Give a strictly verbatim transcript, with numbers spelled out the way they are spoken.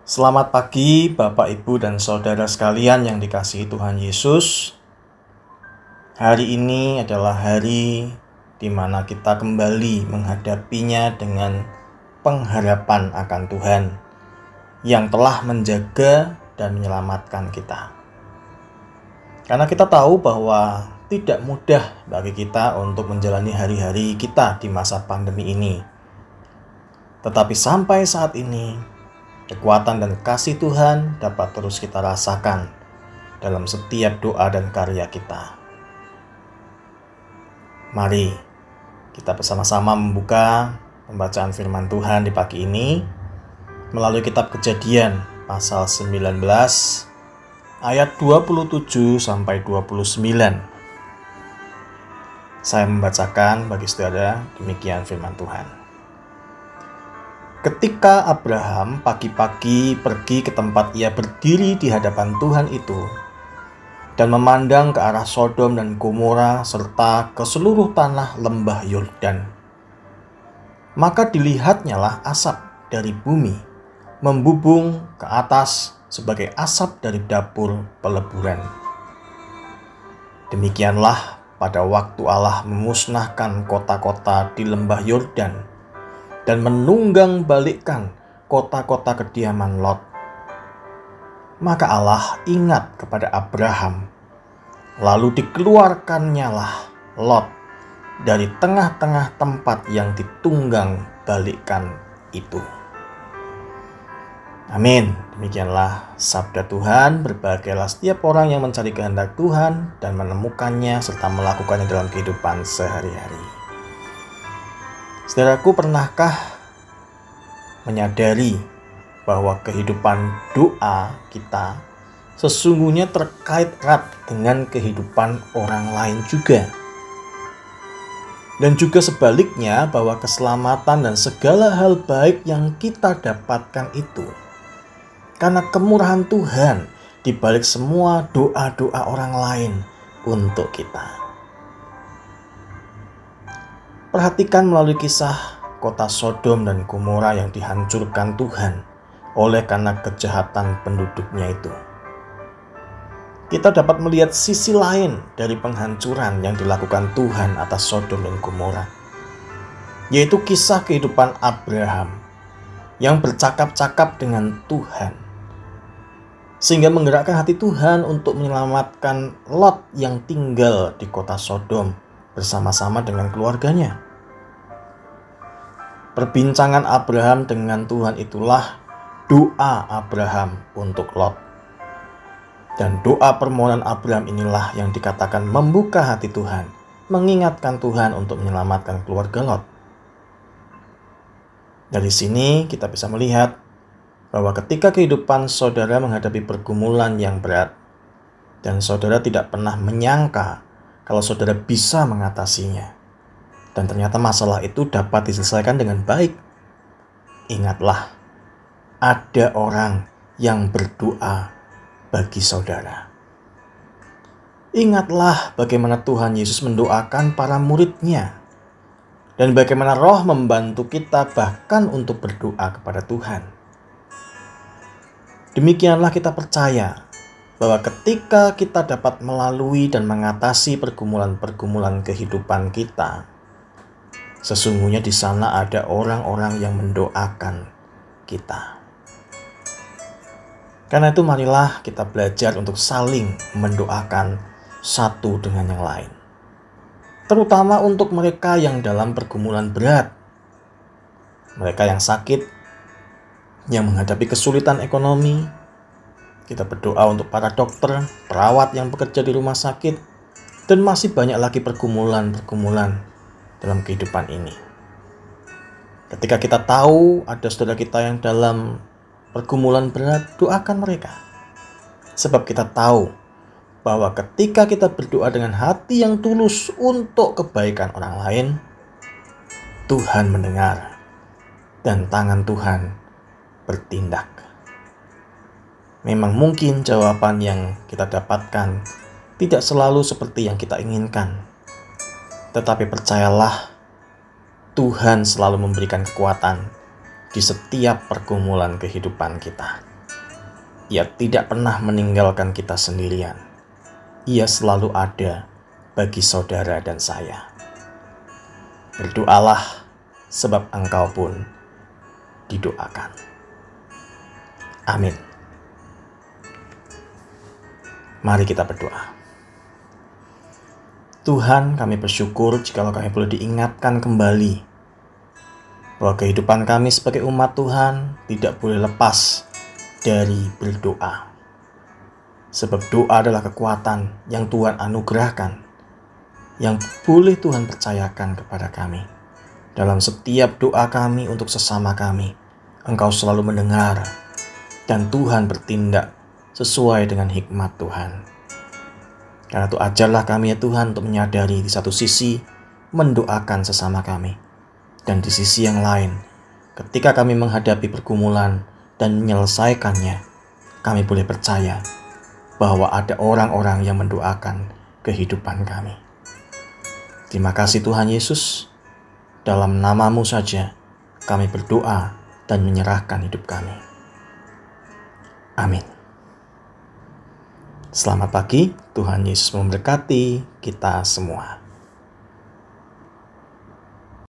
Selamat pagi Bapak, Ibu, dan Saudara sekalian yang dikasihi Tuhan Yesus. Hari ini adalah hari di mana kita kembali menghadapinya dengan pengharapan akan Tuhan yang telah menjaga dan menyelamatkan kita. Karena kita tahu bahwa tidak mudah bagi kita untuk menjalani hari-hari kita di masa pandemi ini. Tetapi sampai saat ini, kekuatan dan kasih Tuhan dapat terus kita rasakan dalam setiap doa dan karya kita. Mari kita bersama-sama membuka pembacaan firman Tuhan di pagi ini melalui kitab Kejadian pasal sembilan belas ayat dua puluh tujuh sampai dua puluh sembilan. Saya membacakan bagi saudara, demikian firman Tuhan. Ketika Abraham pagi-pagi pergi ke tempat ia berdiri di hadapan Tuhan itu dan memandang ke arah Sodom dan Gomora serta ke seluruh tanah lembah Yordan, maka dilihatnyalah asap dari bumi membubung ke atas sebagai asap dari dapur peleburan. Demikianlah pada waktu Allah memusnahkan kota-kota di lembah Yordan dan menunggang balikkan kota-kota kediaman Lot. Maka Allah ingat kepada Abraham, lalu dikeluarkannyalah Lot dari tengah-tengah tempat yang ditunggang balikkan itu. Amin. Demikianlah sabda Tuhan. Berbahagialah setiap orang yang mencari kehendak Tuhan dan menemukannya serta melakukannya dalam kehidupan sehari-hari. Saudaraku, pernahkah menyadari bahwa kehidupan doa kita sesungguhnya terkait erat dengan kehidupan orang lain juga? Dan juga sebaliknya, bahwa keselamatan dan segala hal baik yang kita dapatkan itu karena kemurahan Tuhan di balik semua doa-doa orang lain untuk kita. Perhatikan melalui kisah kota Sodom dan Gomora yang dihancurkan Tuhan oleh karena kejahatan penduduknya itu. Kita dapat melihat sisi lain dari penghancuran yang dilakukan Tuhan atas Sodom dan Gomora, yaitu kisah kehidupan Abraham yang bercakap-cakap dengan Tuhan, sehingga menggerakkan hati Tuhan untuk menyelamatkan Lot yang tinggal di kota Sodom bersama-sama dengan keluarganya. Perbincangan Abraham dengan Tuhan itulah doa Abraham untuk Lot. Dan doa permohonan Abraham inilah yang dikatakan membuka hati Tuhan, mengingatkan Tuhan untuk menyelamatkan keluarga Lot. Dari sini kita bisa melihat bahwa ketika kehidupan saudara menghadapi pergumulan yang berat, dan saudara tidak pernah menyangka kalau saudara bisa mengatasinya, dan ternyata masalah itu dapat diselesaikan dengan baik, ingatlah, ada orang yang berdoa bagi saudara. Ingatlah bagaimana Tuhan Yesus mendoakan para murid-Nya, dan bagaimana Roh membantu kita bahkan untuk berdoa kepada Tuhan. Demikianlah kita percaya bahwa ketika kita dapat melalui dan mengatasi pergumulan-pergumulan kehidupan kita, sesungguhnya di sana ada orang-orang yang mendoakan kita. Karena itu marilah kita belajar untuk saling mendoakan satu dengan yang lain. Terutama untuk mereka yang dalam pergumulan berat. Mereka yang sakit, yang menghadapi kesulitan ekonomi. Kita berdoa untuk para dokter, perawat yang bekerja di rumah sakit, dan masih banyak lagi pergumulan-pergumulan dalam kehidupan ini. Ketika kita tahu ada saudara kita yang dalam pergumulan berat, doakan mereka. Sebab kita tahu bahwa ketika kita berdoa dengan hati yang tulus untuk kebaikan orang lain, Tuhan mendengar dan tangan Tuhan bertindak. Memang mungkin jawaban yang kita dapatkan tidak selalu seperti yang kita inginkan, tetapi percayalah, Tuhan selalu memberikan kekuatan di setiap pergumulan kehidupan kita. Ia tidak pernah meninggalkan kita sendirian. Ia selalu ada bagi saudara dan saya. Berdoalah, sebab engkau pun didoakan. Amin. Mari kita berdoa. Tuhan, kami bersyukur jikalau kami boleh diingatkan kembali bahwa kehidupan kami sebagai umat Tuhan tidak boleh lepas dari berdoa. Sebab doa adalah kekuatan yang Tuhan anugerahkan, yang boleh Tuhan percayakan kepada kami. Dalam setiap doa kami untuk sesama kami, Engkau selalu mendengar, dan Tuhan bertindak sesuai dengan hikmat Tuhan. Karena itu ajarlah kami ya Tuhan untuk menyadari di satu sisi mendoakan sesama kami, dan di sisi yang lain ketika kami menghadapi pergumulan dan menyelesaikannya, kami boleh percaya bahwa ada orang-orang yang mendoakan kehidupan kami. Terima kasih Tuhan Yesus, dalam nama-Mu saja kami berdoa dan menyerahkan hidup kami. Amin. Selamat pagi, Tuhan Yesus memberkati kita semua.